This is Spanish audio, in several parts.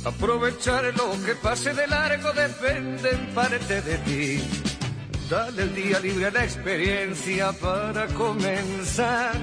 Aprovechar lo que pase de largo depende en parte de ti. Dale el día libre a la experiencia para comenzar.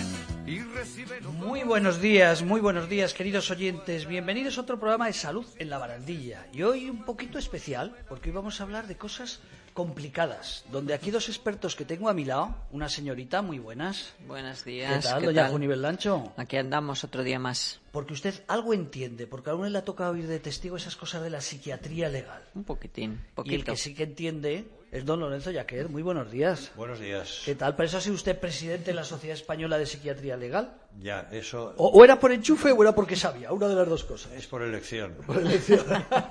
Muy buenos días, queridos oyentes. Bienvenidos a otro programa de Salud en la Barandilla. Y hoy un poquito especial, porque hoy vamos a hablar de cosas complicadas, donde aquí dos expertos que tengo a mi lado, una señorita, muy buenas. Buenos días. ¿Qué tal, doña Junivel Lancho? Aquí andamos otro día más. Porque usted algo entiende, porque a uno le ha tocado oír de testigo esas cosas de la psiquiatría legal. Un poquito. Y el que sí que entiende es don Lorenzo Yaquer. Muy buenos días. Buenos días. ¿Qué tal? ¿Por eso ha sido usted presidente de la Sociedad Española de Psiquiatría Legal? Ya, eso... ¿O era por enchufe o era porque sabía? Una de las dos cosas. Es por elección. Por elección.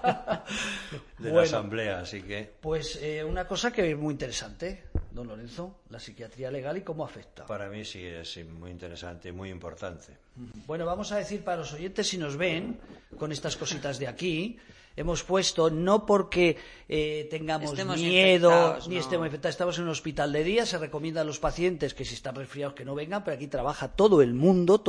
De la Asamblea, así que... Pues una cosa que es muy interesante, don Lorenzo, la psiquiatría legal y cómo afecta. Para mí sí es muy interesante y muy importante. Bueno, vamos a decir para los oyentes, si nos ven con estas cositas de aquí, hemos puesto, no porque tengamos miedo ni estemos infectados, estamos en un hospital de día, se recomienda a los pacientes que si están resfriados que no vengan, pero aquí trabaja todo el mundo,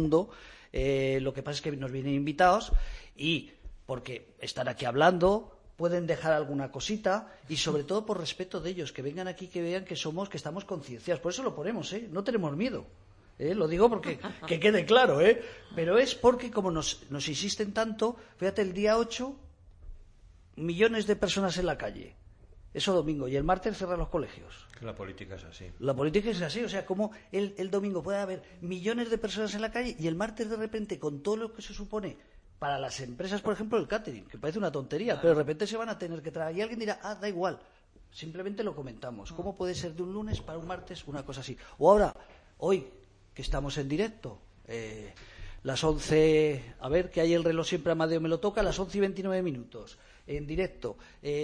lo que pasa es que nos vienen invitados y porque están aquí hablando, pueden dejar alguna cosita y sobre todo por respeto de ellos, que vengan aquí, que vean que estamos concienciados, por eso lo ponemos, no tenemos miedo. Lo digo porque que quede claro, pero es porque como nos insisten tanto, fíjate, el día 8 millones de personas en la calle, eso domingo, y el martes cerran los colegios. La política es así. La política es así, o sea, como el domingo puede haber millones de personas en la calle y el martes de repente, con todo lo que se supone para las empresas, por ejemplo, el catering, que parece una tontería, pero de repente se van a tener que traer, y alguien dirá, da igual, simplemente lo comentamos. ¿Cómo puede ser de un lunes para un martes una cosa así? O ahora, hoy, que estamos en directo, las 11, a ver, que hay el reloj siempre, Amadeo me lo toca, las 11:29, en directo,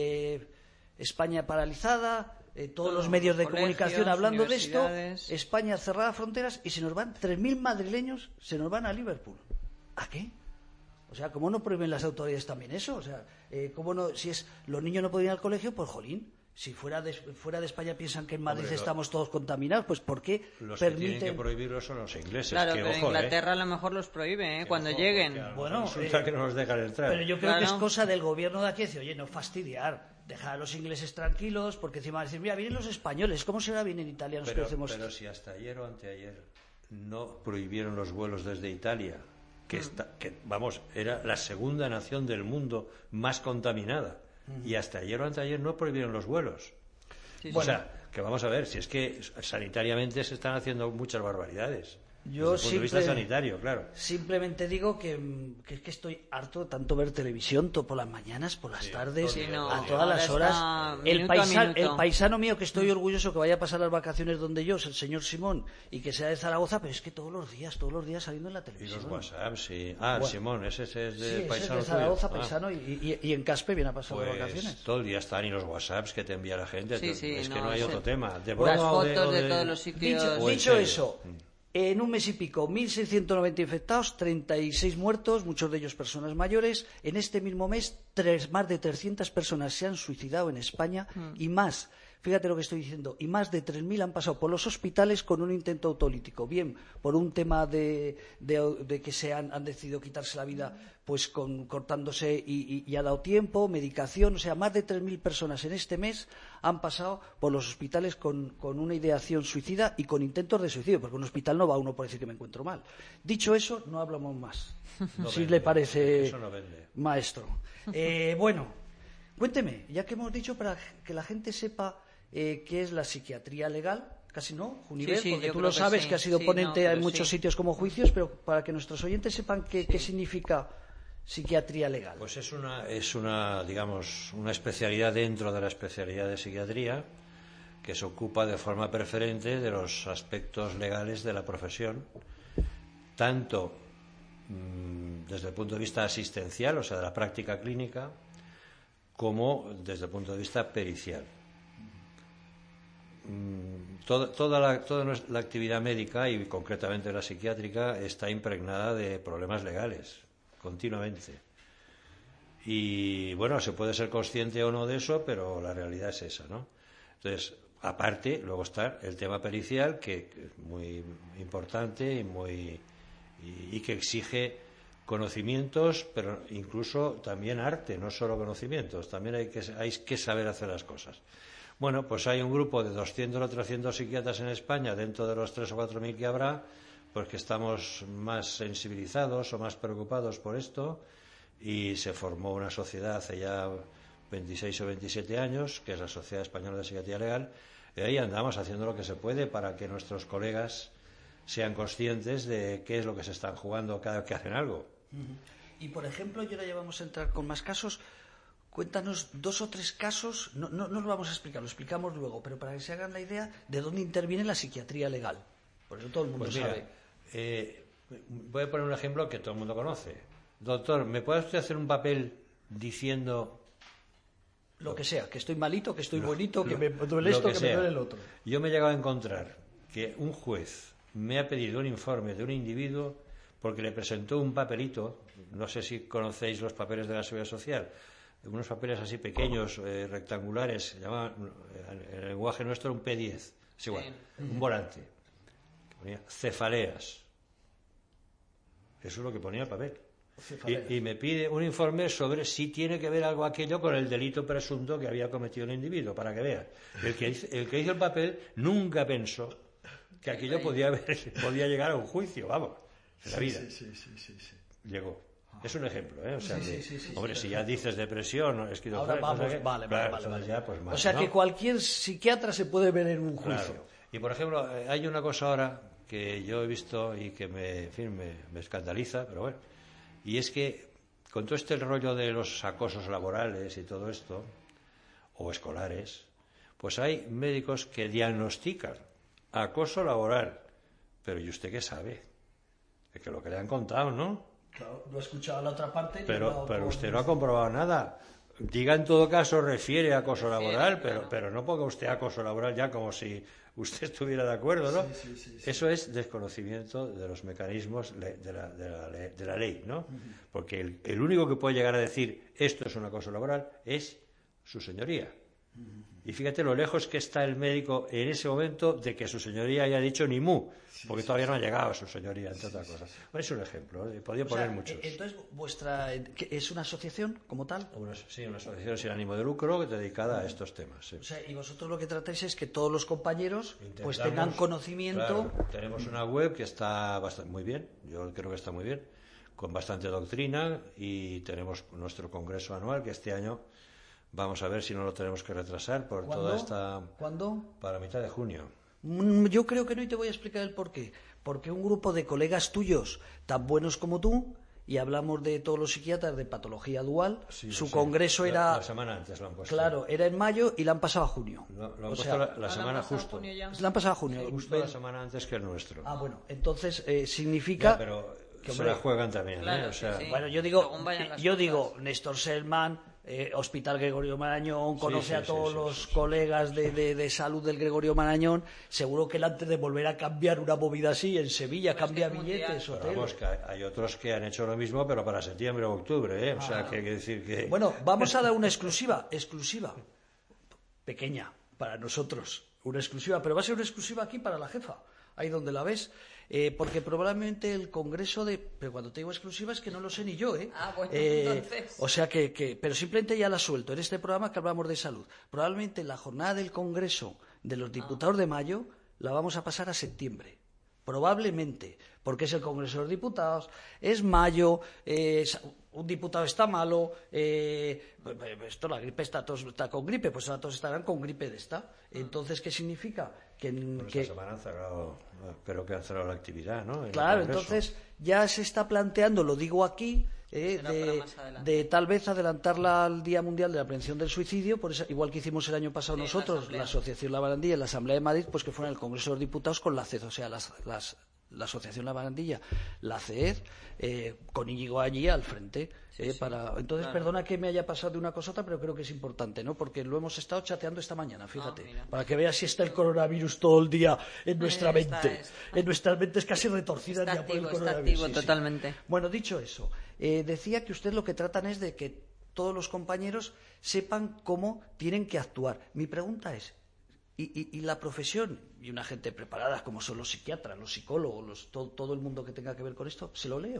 España paralizada, todos los medios de comunicación hablando de esto, España cerrada fronteras, y se nos van 3.000 madrileños, se nos van a Liverpool. ¿A qué? O sea, ¿cómo no prohíben las autoridades también eso? O sea, ¿cómo no? Si los niños no pueden ir al colegio, pues jolín. Si fuera de España piensan que en Madrid estamos todos contaminados, pues ¿por qué los permiten? que tienen que prohibirlo son los ingleses. Claro, que, pero ojo, Inglaterra a lo mejor los prohíbe, cuando lleguen. Bueno, resulta que no nos dejan entrar. Pero yo creo que es cosa del gobierno de aquí decir, oye, no fastidiar, dejar a los ingleses tranquilos, porque encima van a decir, mira, vienen los españoles, ¿cómo será vienen italianos que hacemos? Pero si hasta ayer o anteayer no prohibieron los vuelos desde Italia, que vamos, era la segunda nación del mundo más contaminada, y hasta ayer o anteayer no prohibieron los vuelos. Sí, o sea, que vamos a ver, si es que sanitariamente se están haciendo muchas barbaridades. Yo desde el punto de vista sanitario, claro. Simplemente digo que estoy harto de tanto ver televisión por las mañanas, por las tardes, a todas las horas. El paisano mío, que estoy orgulloso que vaya a pasar las vacaciones donde yo, es el señor Simón, y que sea de Zaragoza, pero es que todos los días saliendo en la televisión. Y los WhatsApp, sí. Bueno, Simón, ese es de paisano. Ese es de Zaragoza, paisano, y en Caspe viene a pasar las vacaciones. Todo el día están y los WhatsApps que te envía la gente. Es que no hay otro tema. Las fotos de todos los sitios. Dicho eso, en un mes y pico, 1.690 infectados, 36 muertos, muchos de ellos personas mayores. En este mismo mes, más de 300 personas se han suicidado en España y más, fíjate lo que estoy diciendo, y más de 3.000 han pasado por los hospitales con un intento autolítico. Bien, por un tema de que se han decidido quitarse la vida pues cortándose y ha dado tiempo, medicación, o sea, más de 3.000 personas en este mes han pasado por los hospitales con una ideación suicida y con intentos de suicidio, porque en un hospital no va uno por decir que me encuentro mal. Dicho eso, no hablamos más, si le parece, eso no vende. Maestro. Bueno, cuénteme, ya que hemos dicho para que la gente sepa qué es la psiquiatría legal, casi no, Junivel, porque tú lo sabes, que has sido ponente en muchos sitios como juicios, pero para que nuestros oyentes sepan qué significa psiquiatría legal. Pues es una digamos, una especialidad dentro de la especialidad de psiquiatría que se ocupa de forma preferente de los aspectos legales de la profesión, tanto desde el punto de vista asistencial, o sea, de la práctica clínica, como desde el punto de vista pericial. Toda la actividad médica y concretamente la psiquiátrica está impregnada de problemas legales continuamente. Y bueno, se puede ser consciente o no de eso, pero la realidad es esa, ¿no? Entonces, aparte, luego está el tema pericial, que es muy importante y que exige conocimientos, pero incluso también arte, no solo conocimientos, también hay que saber hacer las cosas. Bueno, pues hay un grupo de 200 o 300 psiquiatras en España, dentro de los 3.000 o 4.000 que habrá, pues que estamos más sensibilizados o más preocupados por esto, y se formó una sociedad hace ya 26 o 27 años, que es la Sociedad Española de Psiquiatría Legal, y ahí andamos haciendo lo que se puede para que nuestros colegas sean conscientes de qué es lo que se están jugando cada vez que hacen algo. Y, por ejemplo, y ahora ya vamos a entrar con más casos, cuéntanos 2 o 3 casos, no los vamos a explicar, lo explicamos luego, pero para que se hagan la idea de dónde interviene la psiquiatría legal. Por eso todo el mundo Pues mira, sabe. Voy a poner un ejemplo que todo el mundo conoce. Doctor, ¿me puede usted hacer un papel diciendo Lo que sea, que estoy malito, que estoy bonito, que me duele esto, que me duele el otro? Yo me he llegado a encontrar que un juez me ha pedido un informe de un individuo porque le presentó un papelito, no sé si conocéis los papeles de la Seguridad Social, unos papeles así pequeños, rectangulares, se llamaban, en el lenguaje nuestro, un P10, es igual, un volante, que ponía cefaleas. Eso es lo que ponía el papel. Y me pide un informe sobre si tiene que ver algo aquello con el delito presunto que había cometido el individuo, para que vean. El que hizo el papel nunca pensó que aquello podía llegar a un juicio, vamos, en la vida. Sí. Llegó. Es un ejemplo, ¿eh? O sea, hombre, si ya dices depresión, esquizofrenia... Ahora vamos, vale. Ya, pues más, o sea, ¿no? que cualquier psiquiatra se puede ver en un juicio. Claro. Y, por ejemplo, hay una cosa ahora que yo he visto y que me escandaliza, pero bueno, y es que con todo este rollo de los acosos laborales y todo esto, o escolares, pues hay médicos que diagnostican acoso laboral. Pero ¿y usted qué sabe? Es que lo que le han contado, ¿no? Claro, no he escuchado la otra parte. Pero usted no ha comprobado nada. Diga en todo caso, refiere a acoso laboral, pero no ponga usted acoso laboral ya como si usted estuviera de acuerdo, ¿no? Sí. Eso es desconocimiento de los mecanismos de la ley, ¿no? Porque el único que puede llegar a decir esto es un acoso laboral es su señoría. Y fíjate lo lejos que está el médico en ese momento de que su señoría haya dicho ni mu, porque todavía no ha llegado a su señoría, entre otras cosas. Bueno, es un ejemplo, podría poner muchos. Entonces, ¿es una asociación como tal? Sí, una asociación sin ánimo de lucro dedicada a estos temas. Sí. O sea, y vosotros lo que tratáis es que todos los compañeros pues tengan conocimiento. Claro, tenemos una web que está muy bien, yo creo que está muy bien, con bastante doctrina, y tenemos nuestro congreso anual que este año vamos a ver si no lo tenemos que retrasar por toda esta... ¿Cuándo? Para mitad de junio. Yo creo que no, y te voy a explicar el porqué. Porque un grupo de colegas tuyos, tan buenos como tú, y hablamos de todos los psiquiatras de patología dual, su congreso era... La semana antes lo han puesto. Claro, era en mayo y la han pasado a junio. Lo han puesto la semana justo. La han pasado a junio. Justo la semana antes que el nuestro. Ah, bueno, entonces significa... Ya, pero que, se la juegan también, claro, ¿eh? O sea, sí. Bueno, yo digo, Néstor Selman, Hospital Gregorio Marañón, conoce a todos los colegas de salud del Gregorio Marañón. Seguro que él, antes de volver a cambiar una movida así en Sevilla, cambia billetes, hoteles. Vamos, que hay otros que han hecho lo mismo, pero para septiembre o octubre, ¿eh? O sea, que hay que decir que... Bueno, vamos a dar una exclusiva, pequeña, para nosotros, una exclusiva, pero va a ser una exclusiva aquí para la jefa, ahí donde la ves. Porque probablemente el congreso pero cuando te digo exclusiva es que no lo sé ni yo, ¿eh? Ah, bueno, entonces... O sea pero simplemente ya la suelto. En este programa que hablamos de salud, probablemente la jornada del congreso de los diputados de mayo la vamos a pasar a septiembre. Probablemente, porque es el Congreso de los Diputados, es mayo, un diputado está malo, la gripe está con gripe, pues ahora todos estarán con gripe de esta. Entonces, ¿qué significa? Esta semana han cerrado, creo que han cerrado la actividad, ¿no? Claro, entonces ya se está planteando, lo digo aquí, de tal vez adelantarla al Día Mundial de la Prevención del Suicidio, por eso, igual que hicimos el año pasado nosotros, la Asociación La Barandilla y la Asamblea de Madrid, pues que fuera el Congreso de los Diputados con la CED, o sea, la Asociación La Barandilla, la CED, con Íñigo allí al frente. Entonces, claro. Perdona que me haya pasado de una cosa a otra, pero creo que es importante, ¿no? Porque lo hemos estado chateando esta mañana, fíjate, para que veas si está el coronavirus todo el día en nuestra mente. En nuestras mentes casi retorcidas ya por el coronavirus. Está activo, totalmente. Bueno, dicho eso, decía que ustedes lo que tratan es de que todos los compañeros sepan cómo tienen que actuar. Mi pregunta es, ¿y la profesión y una gente preparada como son los psiquiatras, los psicólogos, todo el mundo que tenga que ver con esto, se lo lee o no?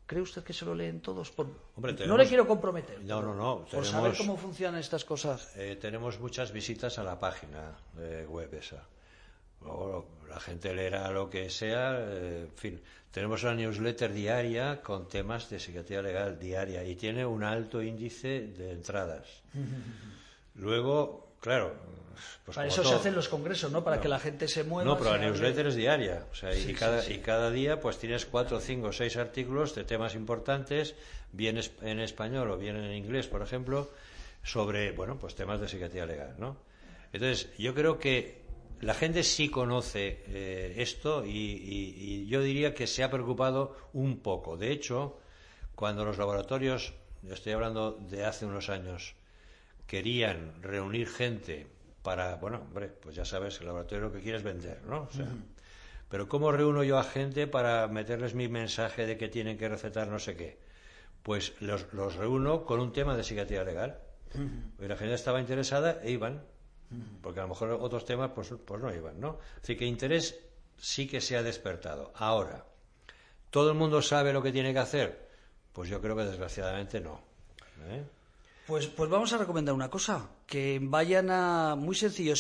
¿Cree usted que se lo leen todos? Hombre, No le quiero comprometer. No. Por saber cómo funcionan estas cosas. Tenemos muchas visitas a la página web esa. Luego la gente leerá lo que sea, en fin. Tenemos una newsletter diaria con temas de psiquiatría legal diaria y tiene un alto índice de entradas. Luego, claro, pues para eso se hacen los congresos, ¿no? Para que la gente se mueva. No, pero la newsletter es diaria. O sea, sí, y cada día pues tienes 4, 5, 6 artículos de temas importantes, bien en español o bien en inglés, por ejemplo, sobre, bueno, pues temas de psiquiatría legal, ¿no? Entonces, yo creo que la gente sí conoce esto y yo diría que se ha preocupado un poco. De hecho, cuando los laboratorios, yo estoy hablando de hace unos años, querían reunir gente para, bueno, hombre, pues ya sabes, el laboratorio lo que quiere es vender, ¿no? O sea, pero ¿cómo reúno yo a gente para meterles mi mensaje de que tienen que recetar no sé qué? Pues los reúno con un tema de psiquiatría legal. Y la gente estaba interesada e iban, porque a lo mejor otros temas pues no iban, ¿no? Así que interés sí que se ha despertado. Ahora, ¿todo el mundo sabe lo que tiene que hacer? Pues yo creo que desgraciadamente no. Pues vamos a recomendar una cosa, que vayan a, muy sencillo,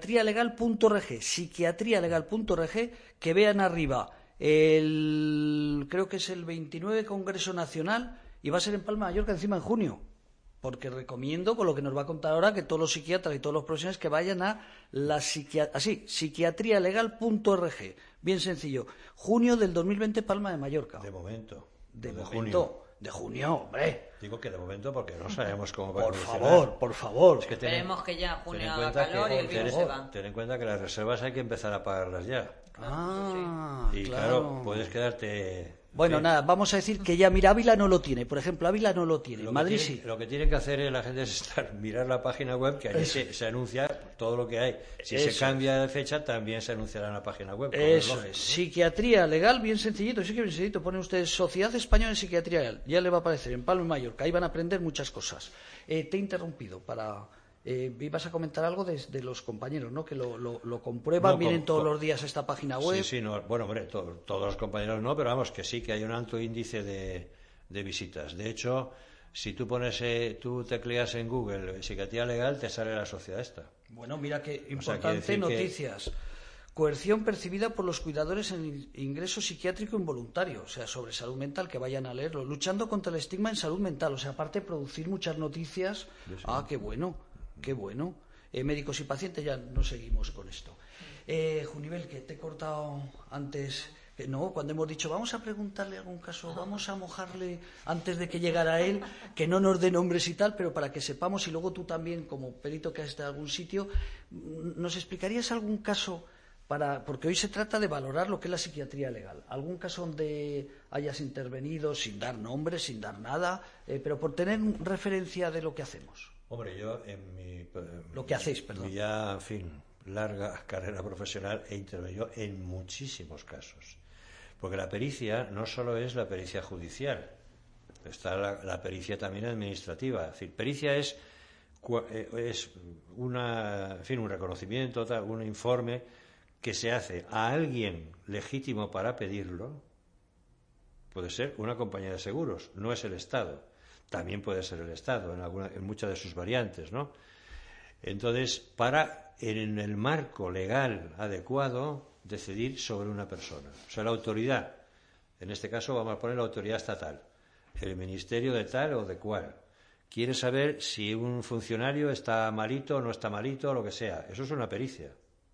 psiquiatrialegal.org, que vean arriba creo que es el 29 Congreso Nacional y va a ser en Palma de Mallorca encima en junio. Porque recomiendo, con lo que nos va a contar ahora, que todos los psiquiatras y todos los profesionales que vayan a psiquiatrialegal.org. Bien sencillo. Junio del 2020, Palma de Mallorca. De momento. De momento. Junio. De junio, hombre. Digo que de momento porque no sabemos cómo va a evolucionar. Por favor. Es que esperemos que ya junio haga calor y el virus se va. Ten en cuenta que las reservas hay que empezar a pagarlas ya. Y claro, puedes quedarte... Bueno, nada, vamos a decir que ya, mira, Ávila no lo tiene. Por ejemplo, Ávila no lo tiene. Madrid sí. Lo que tiene que hacer la gente es mirar la página web, que allí se anuncia todo lo que hay. Si se cambia de fecha, también se anunciará en la página web. Eso es. Psiquiatría legal, bien sencillito. Sí que bien sencillito. Ponen ustedes Sociedad Española de Psiquiatría Legal. Ya le va a aparecer en Palma y Mallorca. Ahí van a aprender muchas cosas. Te he interrumpido para... ibas a comentar algo de los compañeros, ¿no? Que lo comprueban, vienen todos los días a esta página web. Sí, no, bueno, hombre, todos los compañeros no, pero vamos, que sí que hay un alto índice de visitas. De hecho, si tú tú tecleas en Google psiquiatría legal, te sale la sociedad esta. Bueno, mira qué importante noticias. Coerción percibida por los cuidadores en ingreso psiquiátrico involuntario, o sea, sobre salud mental, que vayan a leerlo. Luchando contra el estigma en salud mental, o sea, aparte de producir muchas noticias. Sí. Ah, qué bueno. Qué bueno. Médicos y pacientes, ya no seguimos con esto. Junivel, que te he cortado antes. No, cuando hemos dicho, vamos a preguntarle algún caso, vamos a mojarle antes de que llegara él, que no nos dé nombres y tal, pero para que sepamos, y luego tú también, como perito que has estado en algún sitio, ¿nos explicarías algún caso? Porque hoy se trata de valorar lo que es la psiquiatría legal. ¿Algún caso donde hayas intervenido sin dar nombres, sin dar nada, pero por tener referencia de lo que hacemos? Hombre, yo en lo que hacéis, perdón. Mi ya, en fin, larga carrera profesional he intervenido en muchísimos casos. Porque la pericia no solo es la pericia judicial, está la pericia también administrativa. Es decir, pericia es un reconocimiento, un informe que se hace a alguien legítimo para pedirlo. Puede ser una compañía de seguros, no es el Estado. También puede ser el Estado en muchas de sus variantes, ¿no? Entonces, para en el marco legal adecuado decidir sobre una persona. O sea, la autoridad, en este caso vamos a poner la autoridad estatal, el ministerio de tal o de cual, quiere saber si un funcionario está malito o no está malito o lo que sea. Eso es una pericia.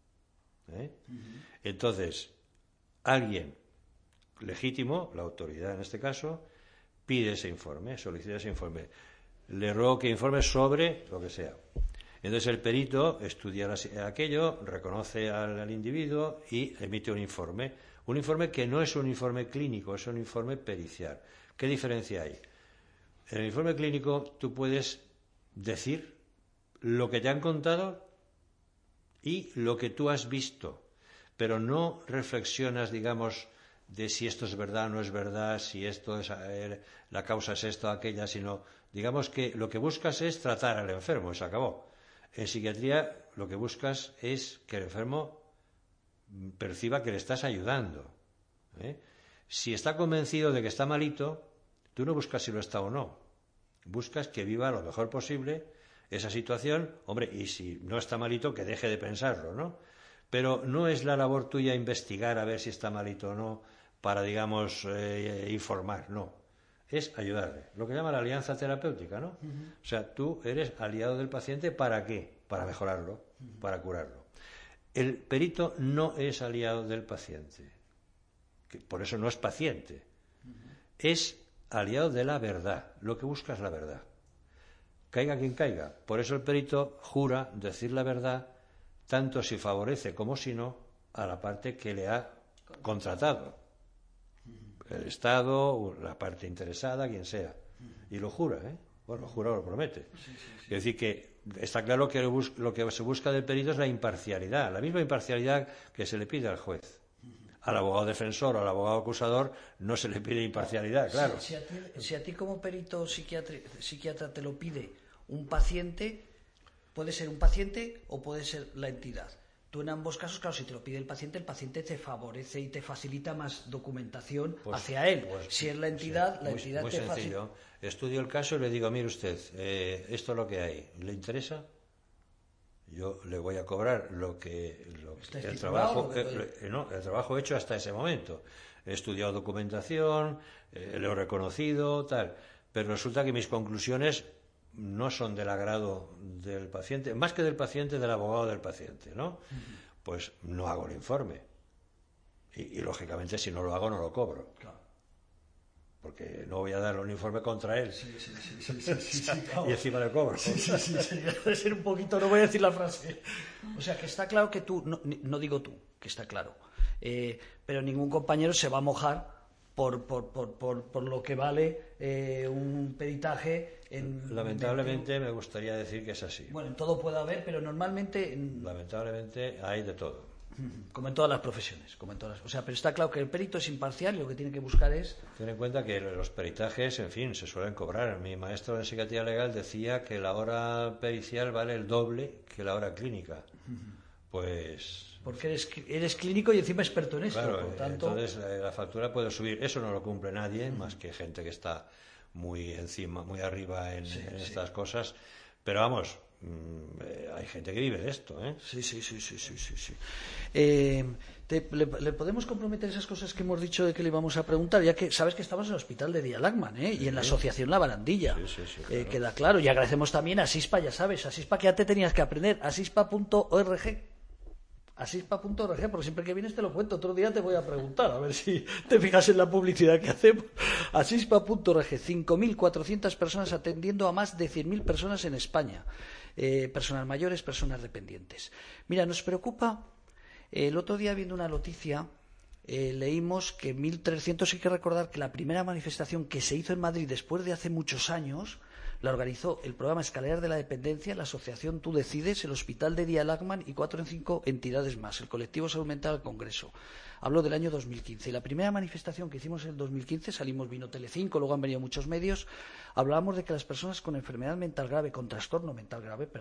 Entonces, alguien legítimo, la autoridad en este caso, pide ese informe, solicita ese informe. Le ruego que informe sobre lo que sea. Entonces el perito estudia aquello, reconoce al individuo y emite un informe. Un informe que no es un informe clínico, es un informe pericial. ¿Qué diferencia hay? En el informe clínico tú puedes decir lo que te han contado y lo que tú has visto, pero no reflexionas, digamos, de si esto es verdad o no es verdad, si esto es la causa es esto o aquella, sino digamos que lo que buscas es tratar al enfermo, se acabó. En psiquiatría lo que buscas es que el enfermo perciba que le estás ayudando. Si está convencido de que está malito, Tú no buscas si lo está o no. Buscas que viva lo mejor posible esa situación, hombre, y si no está malito, que deje de pensarlo, ¿no? Pero no es la labor tuya investigar a ver si está malito o no para, digamos, informar, no. Es ayudarle. Lo que llama la alianza terapéutica, ¿no? O sea, tú eres aliado del paciente, ¿para qué? Para mejorarlo, para curarlo. El perito no es aliado del paciente, que por eso no es paciente. Es aliado de la verdad. Lo que busca es la verdad. Caiga quien caiga. Por eso el perito jura decir la verdad, tanto si favorece como si no, a la parte que le ha contratado. El Estado, la parte interesada, quien sea. Y lo jura, ¿eh? Bueno, lo jura o lo promete. Es decir, que está claro que lo que se busca del perito es la imparcialidad, la misma imparcialidad que se le pide al juez. Al abogado defensor o al abogado acusador no se le pide imparcialidad, claro. Si a ti como perito psiquiatra te lo pide un paciente, puede ser un paciente o puede ser la entidad. Tú en ambos casos, claro, si te lo pide el paciente te favorece y te facilita más documentación hacia él. Si es la entidad, la entidad muy te sencillo. Estudio el caso y le digo, mire usted, esto es lo que hay, ¿le interesa? Yo le voy a cobrar el trabajo hecho hasta ese momento. He estudiado documentación, lo he reconocido, tal, pero resulta que mis conclusiones no son del agrado del paciente, más que del paciente, del abogado del paciente, ¿no? Pues no hago el informe. Y lógicamente, si no lo hago, no lo cobro. Claro. Porque no voy a dar un informe contra él. Sí, claro. Y encima le cobro. Sí. Debe ser un poquito, no voy a decir la frase. O sea, que está claro que tú, no digo tú, que está claro, pero ningún compañero se va a mojar por lo que vale un peritaje. Lamentablemente me gustaría decir que es así. Bueno, en todo puede haber, pero normalmente... Lamentablemente hay de todo. Como en todas las profesiones. O sea, pero está claro que el perito es imparcial y lo que tiene que buscar es... Ten en cuenta que los peritajes, en fin, se suelen cobrar. Mi maestro de psiquiatría legal decía que la hora pericial vale el doble que la hora clínica. Pues... Porque eres clínico y encima experto en esto. Claro, por tanto... entonces la factura puede subir. Eso no lo cumple nadie, más que gente que está muy encima, muy arriba en estas cosas. Pero vamos... hay gente que vive de esto, ¿eh? Sí. ¿Le podemos comprometer esas cosas que hemos dicho de que le íbamos a preguntar? Ya que sabes que estamos en el hospital de Día Lachman, ¿eh? Y en la asociación La Barandilla. Sí, claro. Queda claro. Y agradecemos también a Asispa, ya sabes, Asispa que ya te tenías que aprender, asispa.org. Asispa.org, porque siempre que vienes te lo cuento. Otro día te voy a preguntar, a ver si te fijas en la publicidad que hacemos. Asispa.org, 5.400 personas atendiendo a más de 100.000 personas en España. Personas mayores, personas dependientes. Mira, nos preocupa, el otro día viendo una noticia, leímos que 1.300, hay que recordar que la primera manifestación que se hizo en Madrid después de hace muchos años, la organizó el programa Escaleras de la Dependencia, la asociación Tú Decides, el Hospital de Día Lachman y 4 o 5 entidades más, el colectivo Salud Mental al Congreso. Hablo del año 2015. Y la primera manifestación que hicimos en el 2015, vino Telecinco, luego han venido muchos medios, hablábamos de que las personas con enfermedad mental grave, con trastorno mental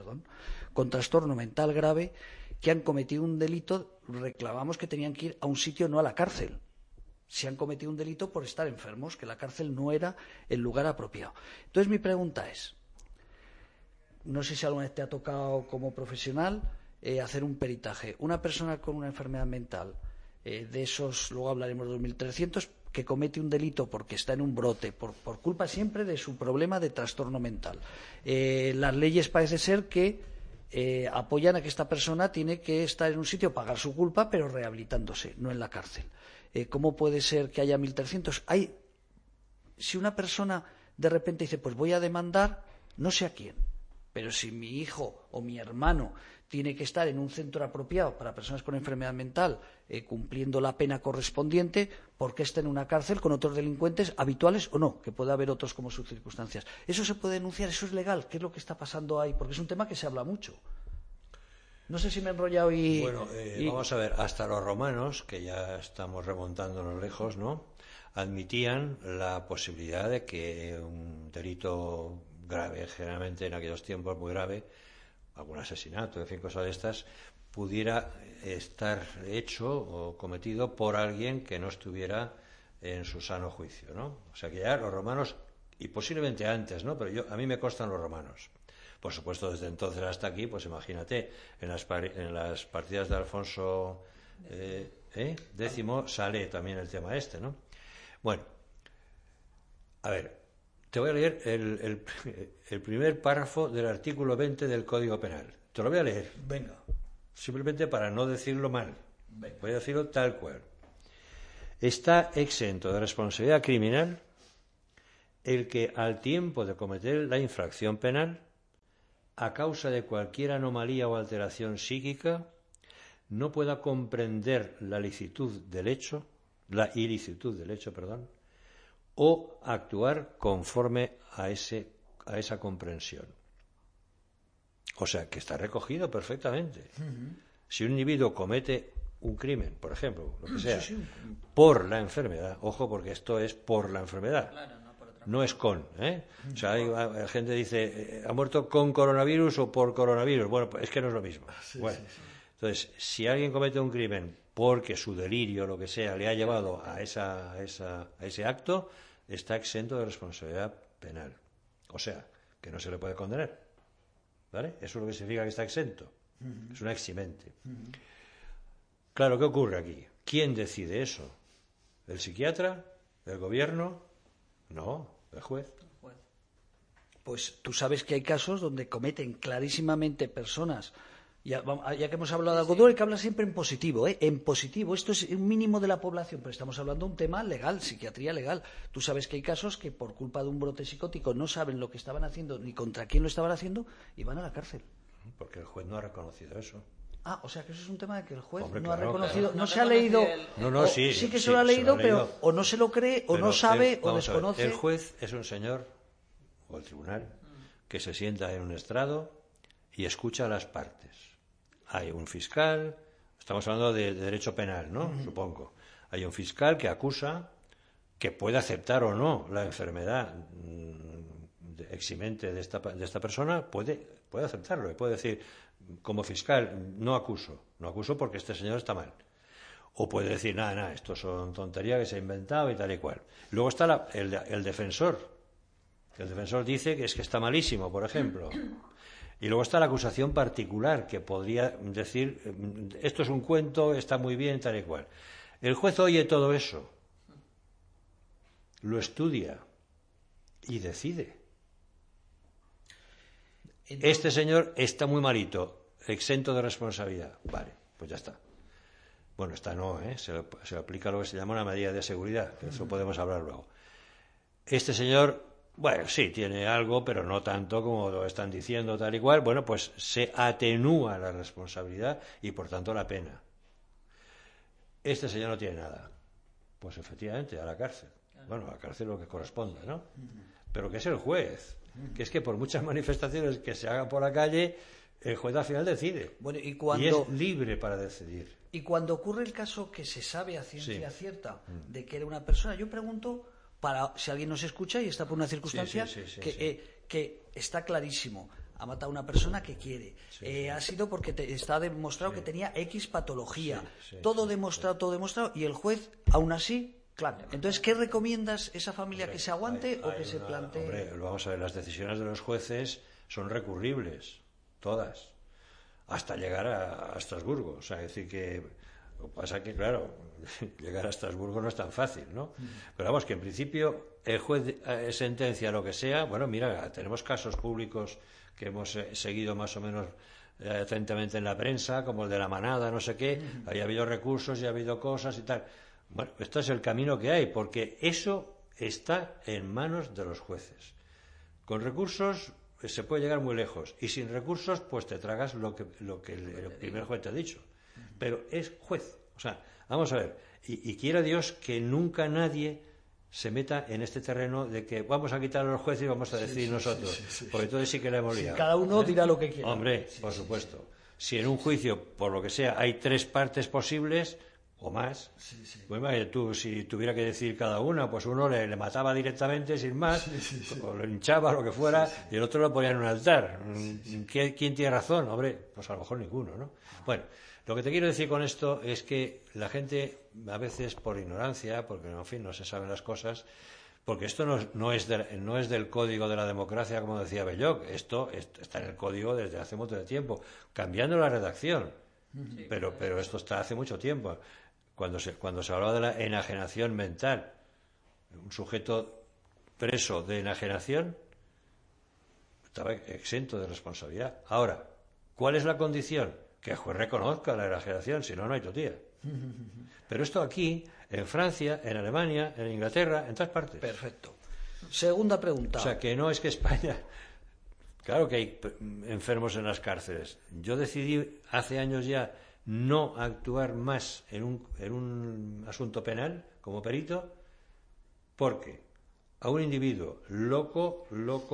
grave, que han cometido un delito, reclamamos que tenían que ir a un sitio, no a la cárcel. Si han cometido un delito por estar enfermos, que la cárcel no era el lugar apropiado. Entonces mi pregunta es, no sé si alguna vez te ha tocado como profesional hacer un peritaje. Una persona con una enfermedad mental, de esos, luego hablaremos de 2.300, que comete un delito porque está en un brote, por culpa siempre de su problema de trastorno mental. Las leyes parece ser que apoyan a que esta persona tiene que estar en un sitio, pagar su culpa, pero rehabilitándose, no en la cárcel. ¿Cómo puede ser que haya 1.300? Si una persona de repente dice, pues voy a demandar, no sé a quién, pero si mi hijo o mi hermano tiene que estar en un centro apropiado para personas con enfermedad mental, cumpliendo la pena correspondiente, ¿por qué está en una cárcel con otros delincuentes habituales o no? Que puede haber otros como sus circunstancias. ¿Eso se puede denunciar? ¿Eso es legal? ¿Qué es lo que está pasando ahí? Porque es un tema que se habla mucho. No sé si me he enrollado y... Bueno, vamos a ver, hasta los romanos, que ya estamos remontándonos lejos, ¿no?, admitían la posibilidad de que un delito grave, generalmente en aquellos tiempos muy grave, algún asesinato, en fin, cosas de estas, pudiera estar hecho o cometido por alguien que no estuviera en su sano juicio, ¿no? O sea que ya los romanos, y posiblemente antes, ¿no? Pero a mí me constan los romanos. Por supuesto, desde entonces hasta aquí, pues imagínate, en las partidas de Alfonso X sale también el tema este, ¿no? Bueno, a ver, te voy a leer el primer párrafo del artículo 20 del Código Penal. Te lo voy a leer. Venga. Simplemente para no decirlo mal. Venga. Voy a decirlo tal cual. Está exento de responsabilidad criminal el que al tiempo de cometer la infracción penal, a causa de cualquier anomalía o alteración psíquica, no pueda comprender la ilicitud del hecho, o actuar conforme a esa comprensión. O sea, que está recogido perfectamente. Si un individuo comete un crimen, por ejemplo, lo que sea, por la enfermedad, ojo, porque esto es por la enfermedad, Claro, no por otra no es con, O sea, la gente dice, ¿ha muerto con coronavirus o por coronavirus? Bueno, pues es que no es lo mismo. Bueno, entonces, si alguien comete un crimen porque su delirio, lo que sea, le ha llevado a ese acto, está exento de responsabilidad penal. O sea, que no se le puede condenar. ¿Vale? Eso es lo que significa que está exento. Es una eximente. Claro, ¿qué ocurre aquí? ¿Quién decide eso? ¿El psiquiatra? ¿El gobierno? No, el juez. Pues tú sabes que hay casos donde cometen clarísimamente personas. Ya que hemos hablado de algo duro, hay que hablar siempre en positivo, ¿eh? En positivo. Esto es un mínimo de la población, pero estamos hablando de un tema legal, psiquiatría legal. Tú sabes que hay casos que por culpa de un brote psicótico no saben lo que estaban haciendo ni contra quién lo estaban haciendo y van a la cárcel. Porque el juez no ha reconocido eso. Ah, o sea que eso es un tema de que el juez Hombre, no claro, ha reconocido, claro. no se ha leído. No, sí. Sí que se lo ha leído, pero o no se lo cree, o no sabe, o desconoce. El juez es un señor, o el tribunal, que se sienta en un estrado y escucha a las partes. Hay un fiscal, estamos hablando de derecho penal, ¿no? Supongo. Hay un fiscal que acusa, que puede aceptar o no la enfermedad eximente de esta persona, puede aceptarlo y puede decir, como fiscal, no acuso porque este señor está mal. O puede decir, nada, esto son tonterías que se ha inventado y tal y cual. Luego está el defensor. El defensor dice que es que está malísimo, por ejemplo. Y luego está la acusación particular, que podría decir, esto es un cuento, está muy bien, tal y cual. El juez oye todo eso, lo estudia y decide. Entonces, este señor está muy malito, exento de responsabilidad. Vale, pues ya está. Bueno, esta no, se aplica lo que se llama una medida de seguridad, que eso podemos hablar luego. Este señor, bueno, sí, tiene algo, pero no tanto como lo están diciendo, tal y cual. Bueno, pues se atenúa la responsabilidad y, por tanto, la pena. Este señor no tiene nada. Pues, efectivamente, a la cárcel. Bueno, a la cárcel lo que corresponda, ¿no? Pero que es el juez. Que es que por muchas manifestaciones que se hagan por la calle, el juez al final decide. Bueno, y es libre para decidir. Y cuando ocurre el caso que se sabe a ciencia cierta de que era una persona, yo pregunto, para si alguien nos escucha y está por una circunstancia que está clarísimo, ha matado a una persona que quiere, ha sido porque está demostrado que tenía X patología, todo demostrado, y el juez, aún así, claro. Entonces, ¿qué recomiendas esa familia, que se aguante o que se plantee? Hombre, vamos a ver, las decisiones de los jueces son recurribles, todas, hasta llegar a Estrasburgo. O sea, es decir que lo que pasa es que, claro, llegar a Estrasburgo no es tan fácil, ¿no? Pero vamos, que en principio el juez sentencia lo que sea. Bueno, mira, tenemos casos públicos que hemos seguido más o menos atentamente en la prensa, como el de la manada, no sé qué. Ahí ha habido recursos y ha habido cosas y tal. Bueno, este es el camino que hay, porque eso está en manos de los jueces. Con recursos se puede llegar muy lejos, y sin recursos pues te tragas lo que el primer juez te ha dicho. Pero es juez. O sea, vamos a ver, y quiera Dios que nunca nadie se meta en este terreno de que vamos a quitar a los jueces y vamos a decidir nosotros, porque entonces sí que le hemos liado. Cada uno dirá lo que quiera. Hombre, por supuesto. Si en un juicio, por lo que sea, hay 3 partes posibles, o más. Sí. Pues imagínate tú, si tuviera que decir cada una, pues uno le mataba directamente sin más, o lo hinchaba, lo que fuera, y el otro lo ponía en un altar. ¿Quién tiene razón? Hombre, pues a lo mejor ninguno, ¿no? Bueno, lo que te quiero decir con esto es que la gente, a veces por ignorancia, porque en fin no se saben las cosas, porque esto no es del código de la democracia, como decía Belloc, esto está en el código desde hace un montón de tiempo, cambiando la redacción, pero esto está hace mucho tiempo. Cuando se hablaba de la enajenación mental, un sujeto preso de enajenación estaba exento de responsabilidad. Ahora, ¿cuál es la condición? Que el juez reconozca la enajenación, si no, no hay totía. Pero esto aquí, en Francia, en Alemania, en Inglaterra, en todas partes. Perfecto. Segunda pregunta. O sea, que no es que España... Claro que hay enfermos en las cárceles. Yo decidí hace años ya no actuar más en un asunto penal como perito, porque a un individuo loco,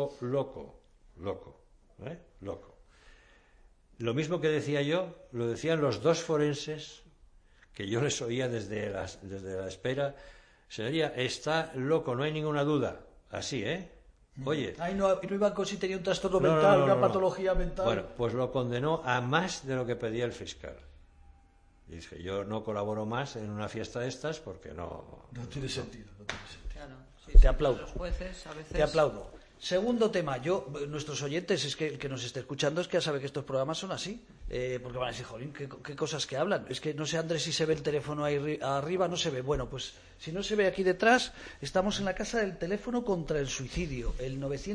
lo mismo que decía yo, lo decían los dos forenses que yo les oía desde la espera. Señoría, está loco, no hay ninguna duda. Así, Oye. Ay, no iba con si tenía un trastorno mental, una patología mental. Bueno, pues lo condenó a más de lo que pedía el fiscal. Y dije, yo no colaboro más en una fiesta de estas porque no... No tiene sentido. Claro, Te aplaudo. Los jueces a veces... Te aplaudo. Segundo tema, nuestros oyentes, es que el que nos esté escuchando es que ya sabe que estos programas son así, porque van a decir, jolín, qué cosas que hablan. Es que no sé, Andrés, si se ve el teléfono ahí arriba, no se ve. Bueno, pues si no se ve aquí detrás, estamos en la casa del teléfono contra el suicidio, el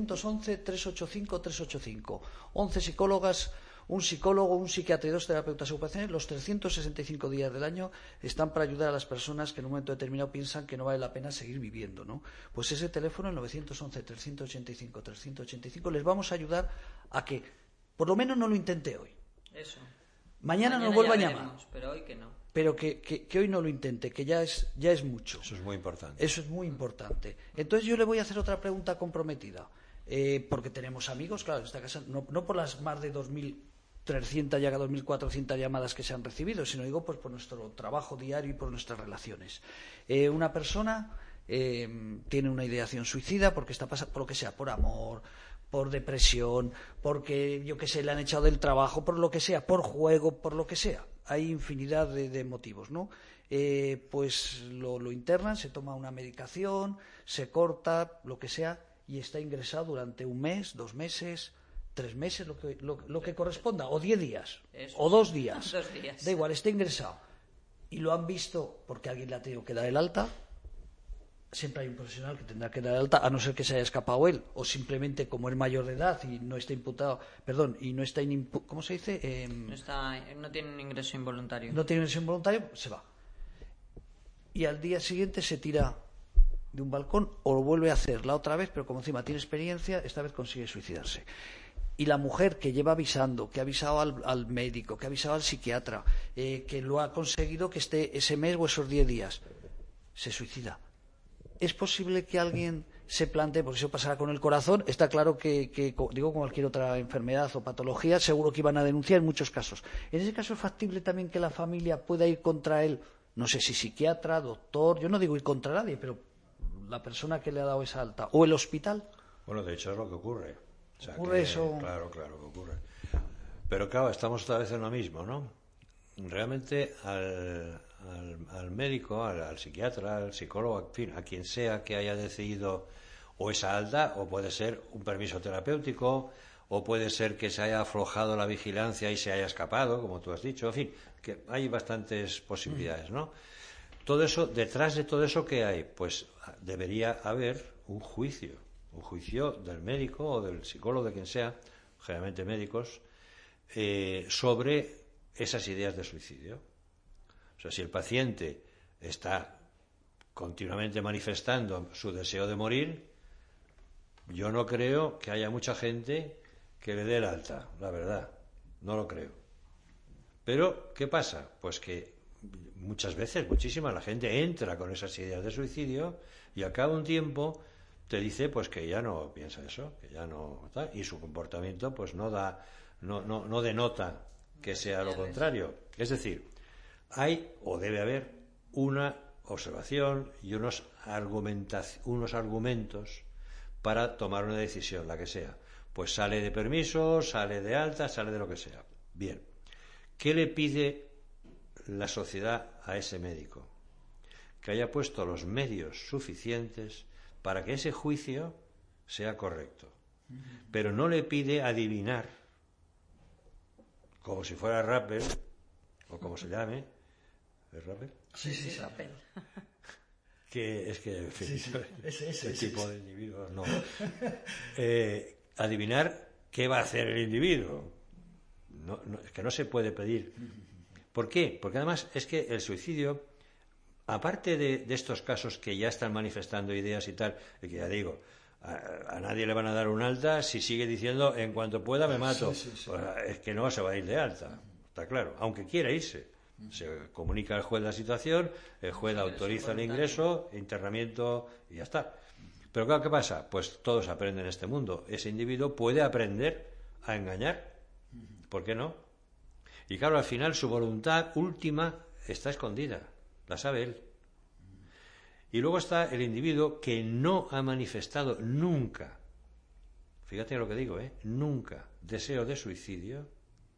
911-385-385. 11 psicólogas, un psicólogo, un psiquiatra y 2 terapeutas ocupacionales, los 365 días del año están para ayudar a las personas que en un momento determinado piensan que no vale la pena seguir viviendo, ¿no? Pues ese teléfono, el 911-385-385, les vamos a ayudar a que por lo menos no lo intente hoy. Eso. Mañana nos vuelva a llamar. Pero hoy que no. Pero que hoy no lo intente, que ya es mucho. Eso es muy importante. Eso es muy importante. Entonces yo le voy a hacer otra pregunta comprometida. Porque tenemos amigos, claro, en esta casa, no por las más de 2.300, ya 2.400 llamadas que se han recibido, sino digo pues por nuestro trabajo diario y por nuestras relaciones. Una persona tiene una ideación suicida porque está pasando por lo que sea, por amor, por depresión, porque yo que sé, le han echado del trabajo, por lo que sea, por juego, por lo que sea. Hay infinidad de motivos, ¿no? Pues lo internan, se toma una medicación, se corta, lo que sea, y está ingresado durante 1 mes, 2 meses, 3 meses, lo que corresponda, o 10 días, eso, o 2 días. 2 días. Da igual, está ingresado. Y lo han visto porque alguien le ha tenido que dar el alta. Siempre hay un profesional que tendrá que dar el alta, a no ser que se haya escapado él, o simplemente como es mayor de edad y no está imputado, ¿cómo se dice? No tiene un ingreso involuntario. No tiene ingreso involuntario, se va. Y al día siguiente se tira de un balcón o lo vuelve a hacer la otra vez, pero como encima tiene experiencia, esta vez consigue suicidarse. Y la mujer que lleva avisando, que ha avisado al médico, que ha avisado al psiquiatra, que lo ha conseguido que esté ese mes o esos 10 días, se suicida. ¿Es posible que alguien se plantee, porque eso pasará con el corazón? Está claro que digo, con cualquier otra enfermedad o patología, seguro que iban a denunciar en muchos casos. ¿En ese caso es factible también que la familia pueda ir contra él? No sé si psiquiatra, doctor, yo no digo ir contra nadie, pero la persona que le ha dado esa alta, o el hospital. Bueno, de hecho es lo que ocurre. O sea, ¿Ocurre eso? Claro que ocurre. Pero claro, estamos otra vez en lo mismo, ¿no? Realmente al médico, al psiquiatra, al psicólogo, en fin, a quien sea que haya decidido o esa alta, o puede ser un permiso terapéutico, o puede ser que se haya aflojado la vigilancia y se haya escapado, como tú has dicho, en fin, que hay bastantes posibilidades, ¿no? Todo eso, detrás de todo eso, ¿qué hay? Pues debería haber un juicio del médico o del psicólogo, de quien sea, generalmente médicos, sobre esas ideas de suicidio. O sea, si el paciente está continuamente manifestando su deseo de morir, yo no creo que haya mucha gente que le dé el alta, la verdad, no lo creo. Pero, ¿qué pasa? Pues que muchas veces, muchísima, la gente entra con esas ideas de suicidio y al cabo de un tiempo te dice pues que ya no piensa eso, que ya no tal, y su comportamiento pues no denota que sea lo contrario. Es decir, hay o debe haber una observación y unos argumentos para tomar una decisión, la que sea. Pues sale de permiso, sale de alta, sale de lo que sea. Bien. ¿Qué le pide la sociedad a ese médico? Que haya puesto los medios suficientes para que ese juicio sea correcto. Pero no le pide adivinar, como si fuera Rappel, o como se llame. ¿Es Rappel? Sí. Rappel. Que es que, en fin, ese tipo de individuos no. Adivinar qué va a hacer el individuo. No, es que no se puede pedir. ¿Por qué? Porque además es que el suicidio, aparte de estos casos que ya están manifestando ideas y tal, y que ya digo, a nadie le van a dar un alta si sigue diciendo en cuanto pueda me mato. Sí. Pues es que no se va a ir de alta, está claro, aunque quiera irse. Se comunica al juez la situación, el juez autoriza el ingreso, internamiento y ya está. Pero claro, ¿qué pasa? Pues todos aprenden en este mundo. Ese individuo puede aprender a engañar. ¿Por qué no? Y claro, al final su voluntad última está escondida, la sabe él. Y luego está el individuo que no ha manifestado nunca, fíjate lo que digo, nunca deseo de suicidio,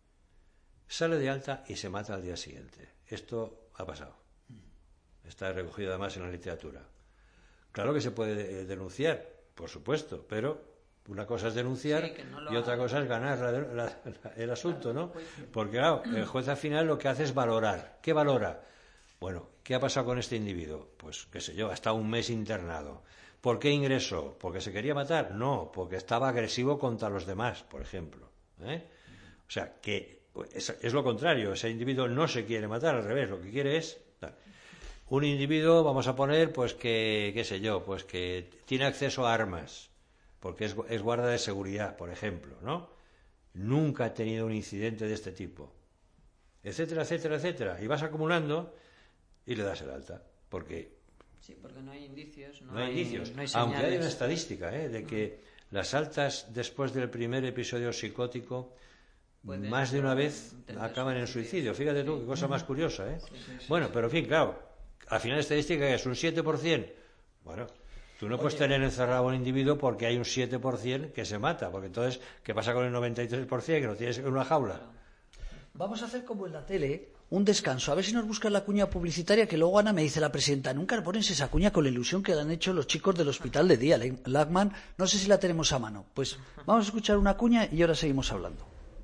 sale de alta y se mata al día siguiente. Esto ha pasado. Está recogido además en la literatura. Claro que se puede denunciar, por supuesto, pero una cosa es denunciar y otra cosa es ganar el asunto, ¿no? Porque claro, el juez al final lo que hace es valorar. ¿Qué valora? Bueno, ¿qué ha pasado con este individuo? Pues, qué sé yo, ha estado un mes internado. ¿Por qué ingresó? ¿Porque se quería matar? No, porque estaba agresivo contra los demás, por ejemplo. O sea, que es lo contrario. Ese individuo no se quiere matar, al revés, lo que quiere es... Un individuo, vamos a poner, pues que, qué sé yo, pues que tiene acceso a armas, porque es guarda de seguridad, por ejemplo, ¿no? Nunca ha tenido un incidente de este tipo, etcétera, etcétera, etcétera. Y vas acumulando y le das el alta, porque... Sí, porque no hay indicios. No hay indicios, no hay aunque hay señales. una estadística, de que las altas después del primer episodio psicótico... más de una vez acaban en suicidio. Fíjate tú, qué cosa más curiosa, Bueno, pero en fin, claro, al final estadística es un 7%. Bueno, tú no puedes tener encerrado a un individuo porque hay un 7% que se mata, porque entonces, ¿qué pasa con el 93% que lo tienes en una jaula? Vamos a hacer como en la tele, un descanso. A ver si nos buscan la cuña publicitaria, que luego Ana me dice, la presidenta, nunca pones esa cuña con la ilusión que le han hecho los chicos del hospital de día, Lachman. No sé si la tenemos a mano. Pues vamos a escuchar una cuña y ahora seguimos hablando.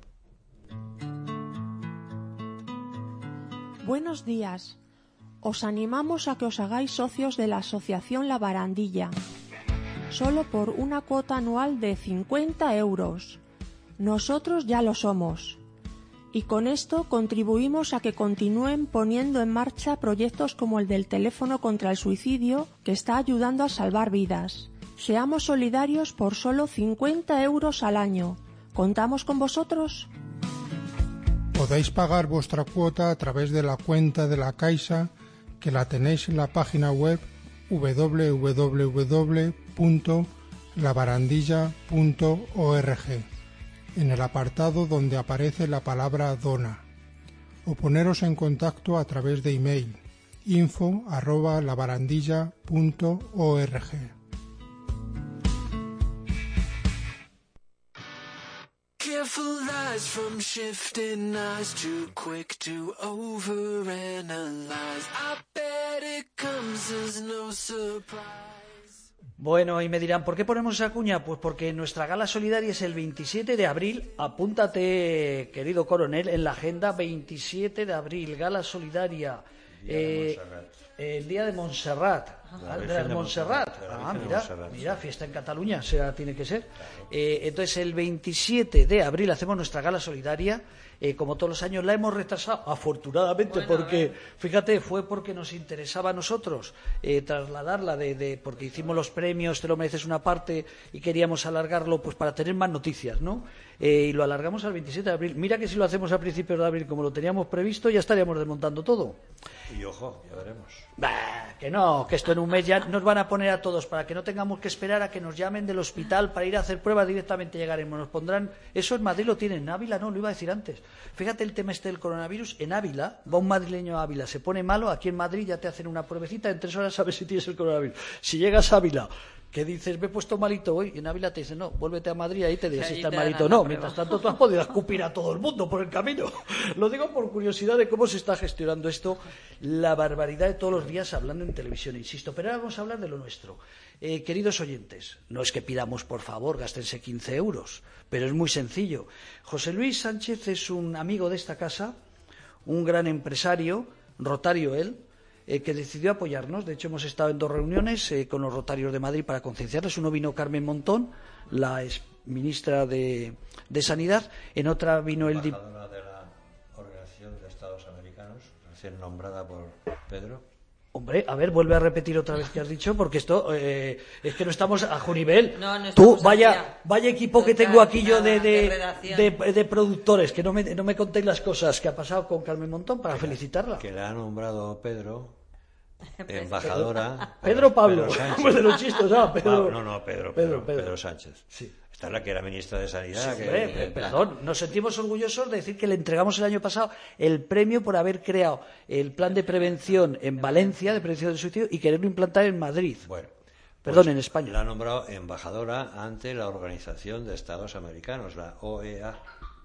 Buenos días. Os animamos a que os hagáis socios de la Asociación La Barandilla, solo por una cuota anual de 50 euros. Nosotros ya lo somos. Y con esto contribuimos a que continúen poniendo en marcha proyectos como el del teléfono contra el suicidio, que está ayudando a salvar vidas. Seamos solidarios por solo 50 euros al año. ¿Contamos con vosotros? Podéis pagar vuestra cuota a través de la cuenta de la Caixa, que la tenéis en la página web www.labarandilla.org, en el apartado donde aparece la palabra dona, o poneros en contacto a través de email info@labarandilla.org. Careful eyes from shifting eyes, too quick to overanalyze. I bet it comes as no surprise. Bueno, y me dirán, ¿por qué ponemos esa cuña? Pues porque nuestra gala solidaria es el 27 de abril. Apúntate, querido coronel, en la agenda, 27 de abril, gala solidaria. El día de Montserrat. De Montserrat. Mira, fiesta en Cataluña, tiene que ser. Entonces, el 27 de abril hacemos nuestra gala solidaria. Como todos los años la hemos retrasado, afortunadamente, porque, fíjate, fue porque nos interesaba a nosotros trasladarla, porque hicimos los premios, Te lo mereces una parte, y queríamos alargarlo pues para tener más noticias, ¿no? Y lo alargamos al 27 de abril. Mira que si lo hacemos a principios de abril, como lo teníamos previsto, ya estaríamos desmontando todo. Y ojo, ya veremos. Que no, que esto en un mes ya nos van a poner a todos para que no tengamos que esperar a que nos llamen del hospital para ir a hacer pruebas, directamente llegaremos, nos pondrán, eso en Madrid lo tienen, en Ávila no, lo iba a decir antes. Fíjate el tema este del coronavirus, en Ávila, va un madrileño a Ávila, se pone malo, aquí en Madrid ya te hacen una pruebecita, en 3 horas sabes si tienes el coronavirus. Si llegas a Ávila, que dices, me he puesto malito hoy, y en Ávila te dicen, no, vuélvete a Madrid, ahí te dices si estás malito o no. Mientras tanto, tú has podido escupir a todo el mundo por el camino. Lo digo por curiosidad de cómo se está gestionando esto, la barbaridad de todos los días hablando en televisión, insisto. Pero ahora vamos a hablar de lo nuestro. Queridos oyentes, no es que pidamos, por favor, gástense 15 euros, pero es muy sencillo. José Luis Sánchez es un amigo de esta casa, un gran empresario, rotario él, que decidió apoyarnos. De hecho, hemos estado en 2 reuniones con los Rotarios de Madrid para concienciarles. Uno vino Carmen Montón, la exministra de Sanidad. En otra vino el embajadora de la Organización de Estados Americanos, recién nombrada por Pedro. Hombre, a ver, vuelve a repetir otra vez que has dicho, porque esto es que no estamos a nivel. No Tú, estamos vaya equipo que tengo aquí yo de de productores, que no me contéis las cosas que ha pasado con Carmen Montón para felicitarla. Que le ha nombrado Pedro embajadora. Pedro Pablo, Sánchez. de los chistes, Pedro. Pedro Sánchez. Sí. Esta es la que era ministra de Sanidad. Sí, perdón, nos sentimos orgullosos de decir que le entregamos el año pasado el premio por haber creado el plan de prevención en Valencia, de prevención del suicidio, y quererlo implantar en Madrid. Bueno, perdón, en España. La ha nombrado embajadora ante la Organización de Estados Americanos, la OEA.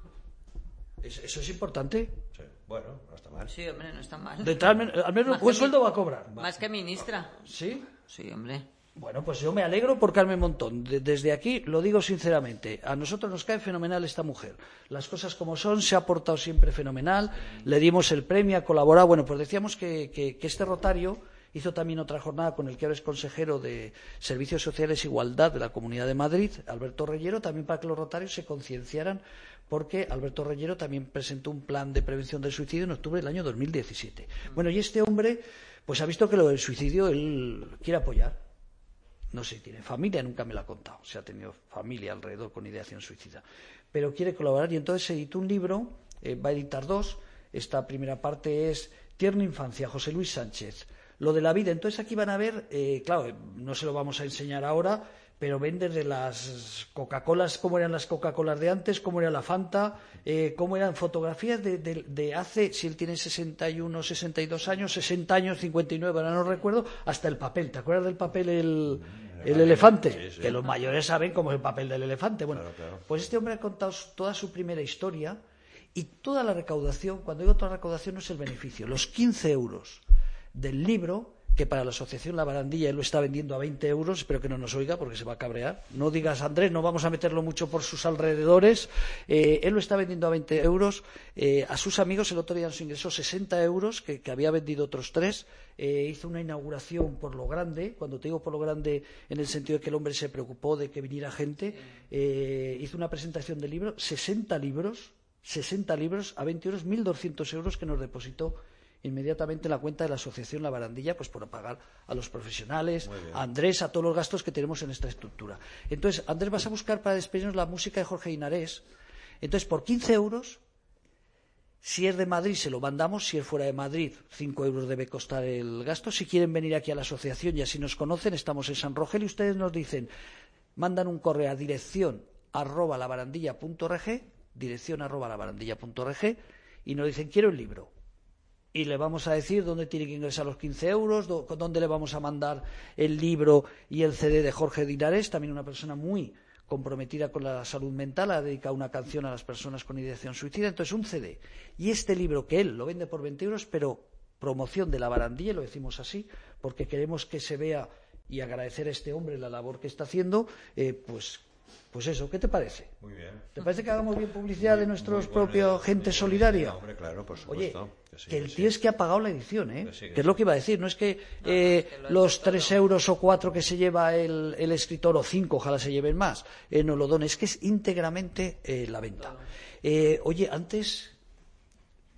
¿Eso es importante? Sí. Bueno, no está mal. Sí, hombre, no está mal. Al menos buen sueldo va a cobrar. Más que ministra. ¿Sí? Sí, hombre. Bueno, pues yo me alegro por Carmen Montón. Desde aquí lo digo sinceramente. A nosotros nos cae fenomenal esta mujer. Las cosas como son, se ha portado siempre fenomenal. Le dimos el premio, ha colaborado. Bueno, pues decíamos que este rotario hizo también otra jornada con el que ahora es consejero de Servicios Sociales e Igualdad de la Comunidad de Madrid, Alberto Reyero, también para que los rotarios se concienciaran, porque Alberto Reyero también presentó un plan de prevención del suicidio en octubre del año 2017. Bueno, y este hombre pues ha visto que lo del suicidio él quiere apoyar. No sé, tiene familia, nunca me lo ha contado, si ha tenido familia alrededor con ideación suicida, pero quiere colaborar y entonces se editó un libro, va a editar 2, esta primera parte es Tierna Infancia, José Luis Sánchez, lo de la vida. Entonces aquí van a ver, claro, no se lo vamos a enseñar ahora, pero ven desde las Coca-Colas, cómo eran las Coca-Colas de antes, cómo era la Fanta, cómo eran fotografías de hace, si él tiene 61, 62 años, 60 años, 59, ahora no recuerdo, hasta el papel. ¿Te acuerdas del papel, el elefante? Sí, sí. Que los mayores saben cómo es el papel del elefante. Bueno, claro. Pues este hombre ha contado toda su primera historia y toda la recaudación, cuando digo toda la recaudación no es el beneficio, los 15 euros del libro, que para la asociación La Barandilla él lo está vendiendo a 20 euros, espero que no nos oiga porque se va a cabrear. No digas, Andrés, no vamos a meterlo mucho por sus alrededores. Él lo está vendiendo a 20 euros. A sus amigos el otro día nos ingresó 60 euros, que había vendido otros 3. Hizo una inauguración por lo grande, cuando te digo por lo grande en el sentido de que el hombre se preocupó de que viniera gente. Hizo una presentación de libros, 60 libros a 20 euros, 1.200 euros que nos depositó inmediatamente en la cuenta de la asociación La Barandilla, pues por pagar a los profesionales, a Andrés, a todos los gastos que tenemos en esta estructura. Entonces, Andrés, vas a buscar para despedirnos la música de Jorge Guimarães. Entonces, por 15 euros, si es de Madrid se lo mandamos, si es fuera de Madrid 5 euros debe costar el gasto. Si quieren venir aquí a la asociación y así nos conocen, estamos en San Rogelio y ustedes nos dicen, mandan un correo a dirección@labarandilla.org y nos dicen, quiero el libro. Y le vamos a decir dónde tiene que ingresar los 15 euros, dónde le vamos a mandar el libro y el CD de Jorge Guimarães, también una persona muy comprometida con la salud mental, ha dedicado una canción a las personas con ideación suicida, entonces un CD. Y este libro que él lo vende por 20 euros, pero promoción de La Barandilla, lo decimos así, porque queremos que se vea y agradecer a este hombre la labor que está haciendo, pues eso, ¿qué te parece? Muy bien. ¿Te parece que hagamos bien publicidad de nuestros propios gente solidaria? Hombre, claro, por supuesto. Oye, que el tío es que ha pagado la edición, que es lo que iba a decir. No es que los 3 euros o 4 que se lleva el escritor, o 5, ojalá se lleven más, no lo done. Es que es íntegramente la venta. Oye, antes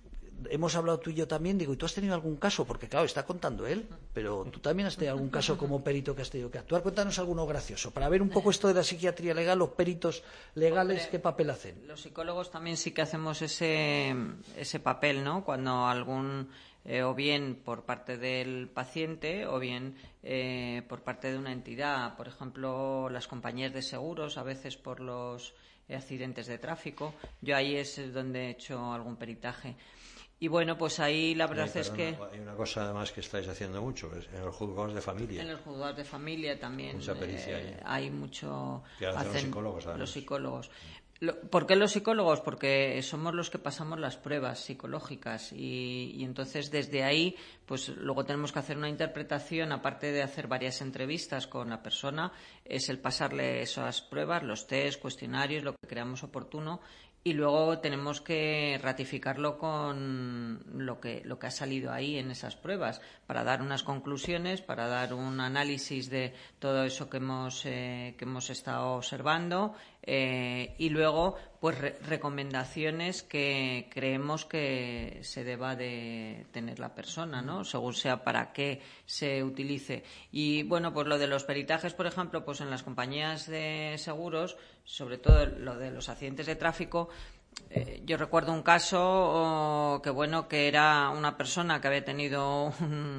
hemos hablado tú y yo también, digo, ¿y tú has tenido algún caso? Porque claro, está contando él, pero tú también has tenido algún caso como perito que has tenido que actuar. Cuéntanos alguno gracioso, para ver un poco esto de la psiquiatría legal, los peritos legales, ¿qué papel hacen? Los psicólogos también sí que hacemos ese papel, ¿no? Cuando algún, o bien por parte del paciente, o bien por parte de una entidad, por ejemplo, las compañías de seguros, a veces por los accidentes de tráfico. Yo ahí es donde he hecho algún peritaje. Y bueno, pues ahí la verdad es que... Hay una cosa además que estáis haciendo mucho, es en los juzgados de familia. En los juzgados de familia también mucha pericia ahí. Hay mucho... Que hacen los psicólogos, además. Los psicólogos. ¿Por qué los psicólogos? Porque somos los que pasamos las pruebas psicológicas y entonces desde ahí pues luego tenemos que hacer una interpretación, aparte de hacer varias entrevistas con la persona, es el pasarle esas pruebas, los test, cuestionarios, lo que creamos oportuno, y luego tenemos que ratificarlo con lo que ha salido ahí en esas pruebas para dar unas conclusiones, para dar un análisis de todo eso que hemos estado observando y luego pues recomendaciones que creemos que se deba de tener la persona, ¿no? Según sea para qué se utilice. Y bueno, pues lo de los peritajes, por ejemplo, pues en las compañías de seguros, sobre todo lo de los accidentes de tráfico, yo recuerdo un caso que era una persona que había tenido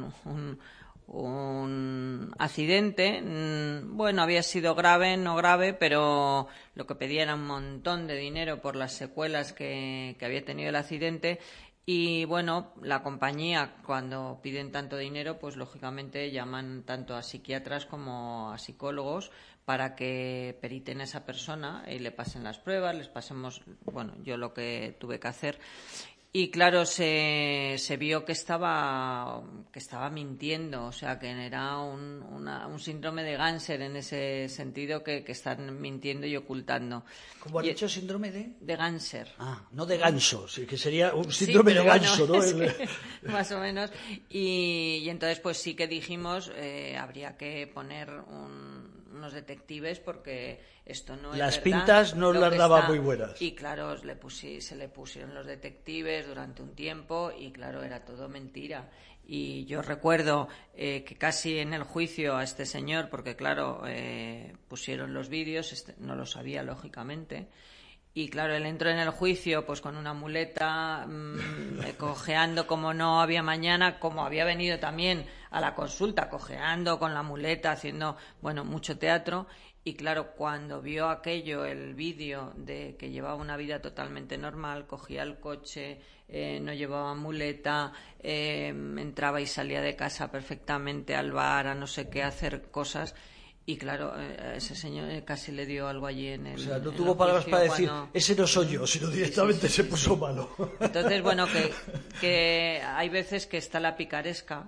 un accidente, bueno, había sido grave, no grave, pero lo que pedía era un montón de dinero por las secuelas que había tenido el accidente. Y bueno, la compañía, cuando piden tanto dinero, pues lógicamente llaman tanto a psiquiatras como a psicólogos para que periten a esa persona y le pasen las pruebas, les pasemos, bueno, yo lo que tuve que hacer. Y claro, se vio que estaba mintiendo, o sea, que era un síndrome de Ganser en ese sentido, que están mintiendo y ocultando. ¿Cómo has dicho, síndrome de? De Ganser. Ah, no de ganso, sí, que sería un síndrome de ganso, ¿no? Más o menos. Y entonces, pues sí que dijimos, habría que poner unos detectives porque esto no es las verdad, pintas no las daba muy buenas. Y claro, se le pusieron los detectives durante un tiempo y claro, era todo mentira. Y yo recuerdo que casi en el juicio a este señor, porque claro, pusieron los vídeos, no lo sabía lógicamente. Y claro, él entró en el juicio pues con una muleta, cojeando como no había mañana, como había venido también a la consulta, cojeando con la muleta, haciendo, bueno, mucho teatro. Y claro, cuando vio aquello, el vídeo de que llevaba una vida totalmente normal, cogía el coche, no llevaba muleta, entraba y salía de casa perfectamente al bar, a no sé qué, a hacer cosas. Y claro, ese señor casi le dio algo allí en el... O sea, no tuvo palabras para decir, ese no soy yo, sino directamente se puso malo. Entonces, bueno, que hay veces que está la picaresca,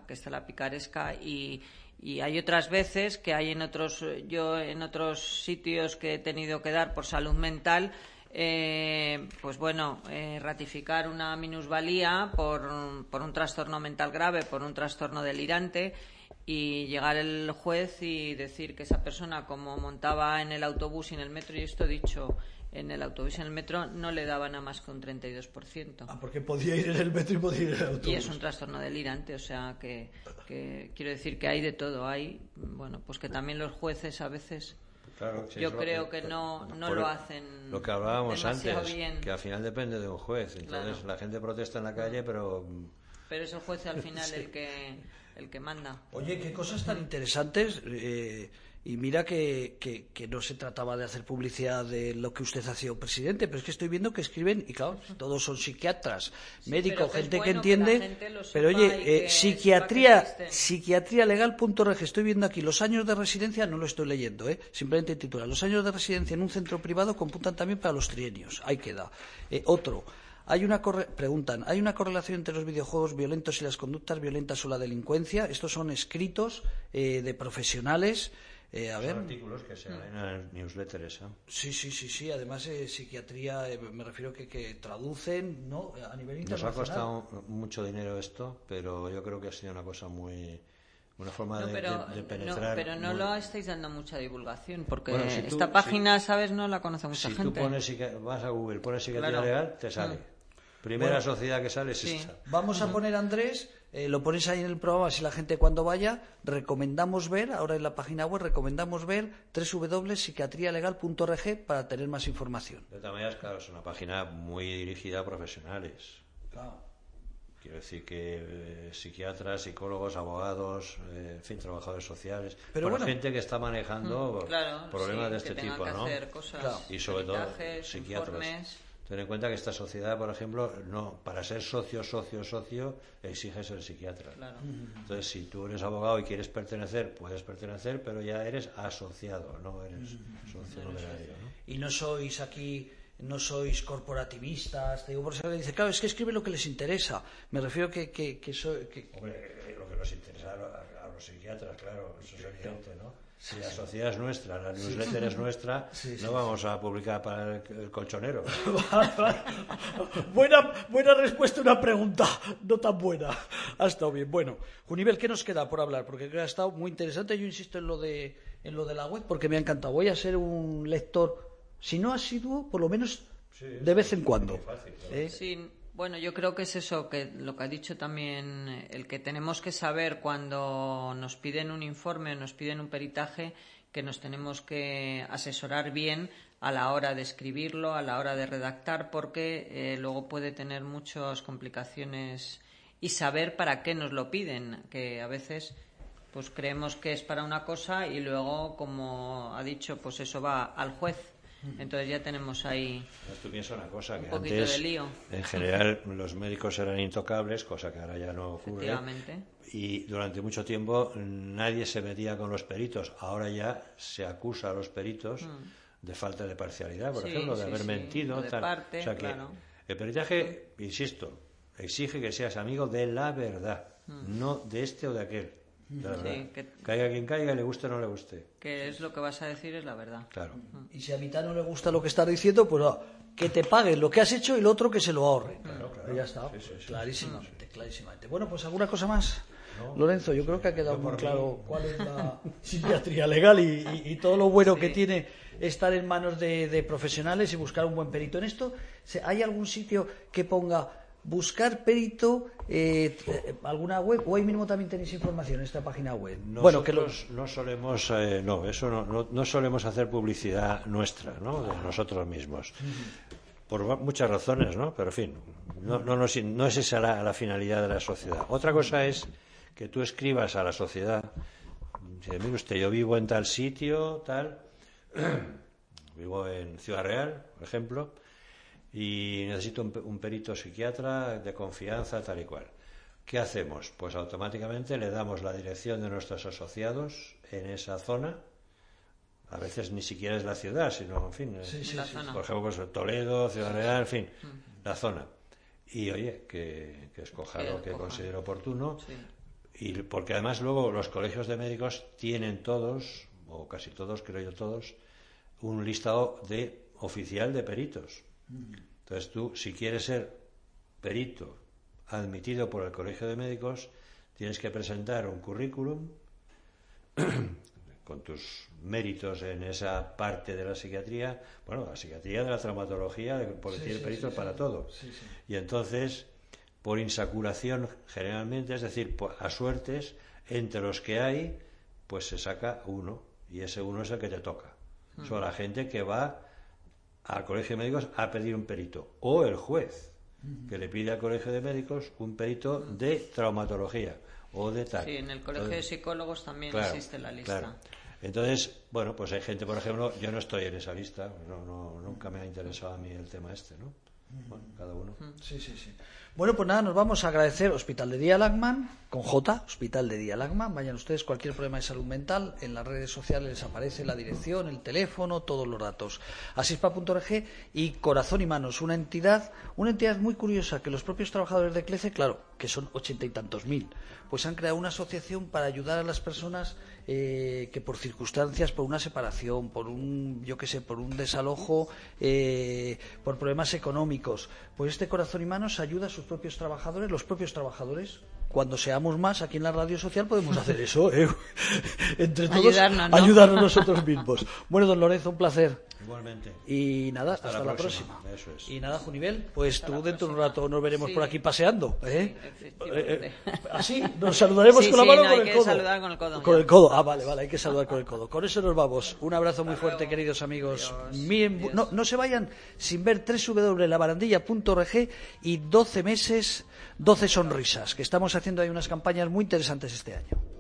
y hay otras veces que hay en otros sitios que he tenido que dar por salud mental, pues bueno, ratificar una minusvalía por un trastorno mental grave, por un trastorno delirante, y llegar el juez y decir que esa persona, como montaba en el autobús y en el metro, y esto dicho, en el autobús y en el metro no le daba nada más que un 32%. Ah, porque podía ir en el metro y podía ir en el autobús. Y es un trastorno delirante, o sea que quiero decir que hay de todo. Hay, bueno, pues que también los jueces a veces... Claro, sí, yo creo que no lo hacen lo que hablábamos antes, bien. que al final depende de un juez. Entonces claro, la gente protesta en la calle, pero es el juez al final el que manda. Oye, qué cosas tan interesantes. Y mira que no se trataba de hacer publicidad de lo que usted ha sido presidente, pero es que estoy viendo que escriben, y claro, todos son psiquiatras, médicos, gente que entiende. Pero oye, psiquiatrialegal.org, estoy viendo aquí los años de residencia, no lo estoy leyendo, simplemente titula, los años de residencia en un centro privado computan también para los trienios. Ahí queda. Otro. Preguntan, ¿hay una correlación entre los videojuegos violentos y las conductas violentas o la delincuencia? Estos son escritos de profesionales. Son artículos que se leen en el newsletter esa. Sí. Además, psiquiatría, me refiero que traducen, ¿no? A nivel internacional. Nos ha costado mucho dinero esto, pero yo creo que ha sido una cosa una forma de penetrar. Pero no lo estáis dando mucha divulgación, porque bueno, esta página, ¿sabes? No la conoce mucha gente. Si tú vas a Google, pones psiquiatría legal, te sale. Primera sociedad que sale es Sí. esta. Vamos a poner, Andrés, lo pones ahí en el programa, si la gente cuando vaya, recomendamos ver, ahora en la página web, recomendamos ver www.psiquiatrialegal.org para tener más información. De todas maneras, claro, es una página muy dirigida a profesionales. Claro. Quiero decir que psiquiatras, psicólogos, abogados, en fin, trabajadores sociales, Pero bueno, bueno. gente que está manejando Claro, problemas sí, de este que tengan tipo, que ¿no? hacer cosas, Claro. Y sobre todo peritajes, psiquiatras. informes. Ten en cuenta que esta sociedad, por ejemplo, no, para ser socio, exige ser psiquiatra. Claro. Entonces, si tú eres abogado y quieres pertenecer, puedes pertenecer, pero ya eres asociado, no eres socio numerario, ¿no? Y no sois aquí, no sois corporativistas, te digo por eso que dice, claro, es que escribe lo que les interesa. Me refiero que Hombre, lo que nos interesa a los psiquiatras, claro, eso es evidente, ¿no? Si la sociedad es nuestra, la newsletter es nuestra, no vamos a publicar para el colchonero. buena respuesta a una pregunta, no tan buena. Ha estado bien. Bueno, Junivel, ¿qué nos queda por hablar? Porque ha estado muy interesante. Yo insisto en lo de la web porque me ha encantado. Voy a ser un lector, si no asiduo, por lo menos de vez en cuando. Sí, bueno, yo creo que es eso, que lo que ha dicho también, el que tenemos que saber cuando nos piden un informe o nos piden un peritaje, que nos tenemos que asesorar bien a la hora de escribirlo, a la hora de redactar, porque luego puede tener muchas complicaciones y saber para qué nos lo piden, que a veces pues creemos que es para una cosa y luego, como ha dicho, pues eso va al juez. Entonces ya tenemos ahí Tú piensas una cosa, que un poquito antes de lío. en general los médicos eran intocables, cosa que ahora ya no ocurre. Efectivamente. Y durante mucho tiempo nadie se metía con los peritos. Ahora ya se acusa a los peritos de falta de parcialidad, por Sí, ejemplo, de sí, haber sí. mentido. O de tal. parte, O sea que claro. el peritaje, insisto, exige que seas amigo de la verdad, no de este o de aquel. De la Sí, verdad. que- Caiga quien caiga, le guste o no le guste. Que es lo que vas a decir es la verdad. Claro. Y si a mitad no le gusta lo que estás diciendo, pues que te paguen lo que has hecho y lo otro que se lo ahorre. Claro. Ya está. Clarísimamente. Bueno, pues ¿alguna cosa más? Lorenzo, yo creo que ha quedado muy claro cuál es la psiquiatría legal y todo lo bueno que tiene estar en manos de profesionales y buscar un buen perito. En esto, ¿hay algún sitio que ponga buscar perito, alguna web, o ahí mismo también tenéis información en esta página web? Nosotros no solemos, no solemos hacer publicidad nuestra, ¿no? De nosotros mismos. Por muchas razones, ¿no? Pero en fin, no es esa la finalidad de la sociedad. Otra cosa es que tú escribas a la sociedad, dice, mire usted, yo vivo en tal sitio, tal, vivo en Ciudad Real, por ejemplo, y necesito un perito psiquiatra de confianza, tal y cual. ¿Qué hacemos? Pues automáticamente le damos la dirección de nuestros asociados en esa zona. A veces ni siquiera es la ciudad, sino, en fin, La zona. por ejemplo, pues, Toledo, Ciudad Real, en fin, la zona. Y oye, que escoja Que lo que escoja. considere oportuno. Sí. Y porque además luego los colegios de médicos tienen todos, o casi todos, creo yo todos, un listado oficial de peritos. Entonces tú, si quieres ser perito admitido por el colegio de médicos, tienes que presentar un currículum con tus méritos en esa parte de la psiquiatría, bueno, la psiquiatría de la traumatología, porque tiene peritos para todo. Y entonces, por insaculación generalmente, es decir, a suertes, entre los que hay, pues se saca uno, y ese uno es el que te toca. Son la gente que va al colegio de médicos a pedir un perito, o el juez, que le pide al colegio de médicos un perito de traumatología, o de tal. Sí, en el colegio de psicólogos también Claro, existe la lista. claro. Entonces, bueno, pues hay gente, por ejemplo, yo no estoy en esa lista, nunca me ha interesado a mí el tema este, ¿no? Bueno, cada uno. Sí. Bueno, pues nada, nos vamos a agradecer Hospital de Día Lagman, con J, Hospital de Día Lagman. Vayan ustedes, cualquier problema de salud mental, en las redes sociales les aparece la dirección, el teléfono, todos los datos. Asispa.org y Corazón y Manos, una entidad muy curiosa, que los propios trabajadores de CLECE, claro, que son 80 y tantos mil, pues han creado una asociación para ayudar a las personas que por circunstancias, por una separación, por un desalojo, por problemas económicos, pues este Corazón y Manos ayuda a sus propios trabajadores, los propios trabajadores, cuando seamos más aquí en la radio social podemos hacer eso, entre todos Ayudarnos, ¿no? ayudarnos nosotros mismos. Bueno, don Lorenzo, un placer. Igualmente. Y nada, hasta la próxima. Eso es. Y nada, Junivel, pues tú dentro de un rato nos veremos por aquí paseando, efectivamente. Así, nos saludaremos con la mano o con el codo. Saludar con el codo. Con el codo. Ah, vale, hay que saludar con el codo. Con eso nos vamos. Un abrazo muy fuerte, queridos amigos. No se vayan sin ver www.labarandilla.org y 12 meses, 12 sonrisas, que estamos haciendo ahí unas campañas muy interesantes este año.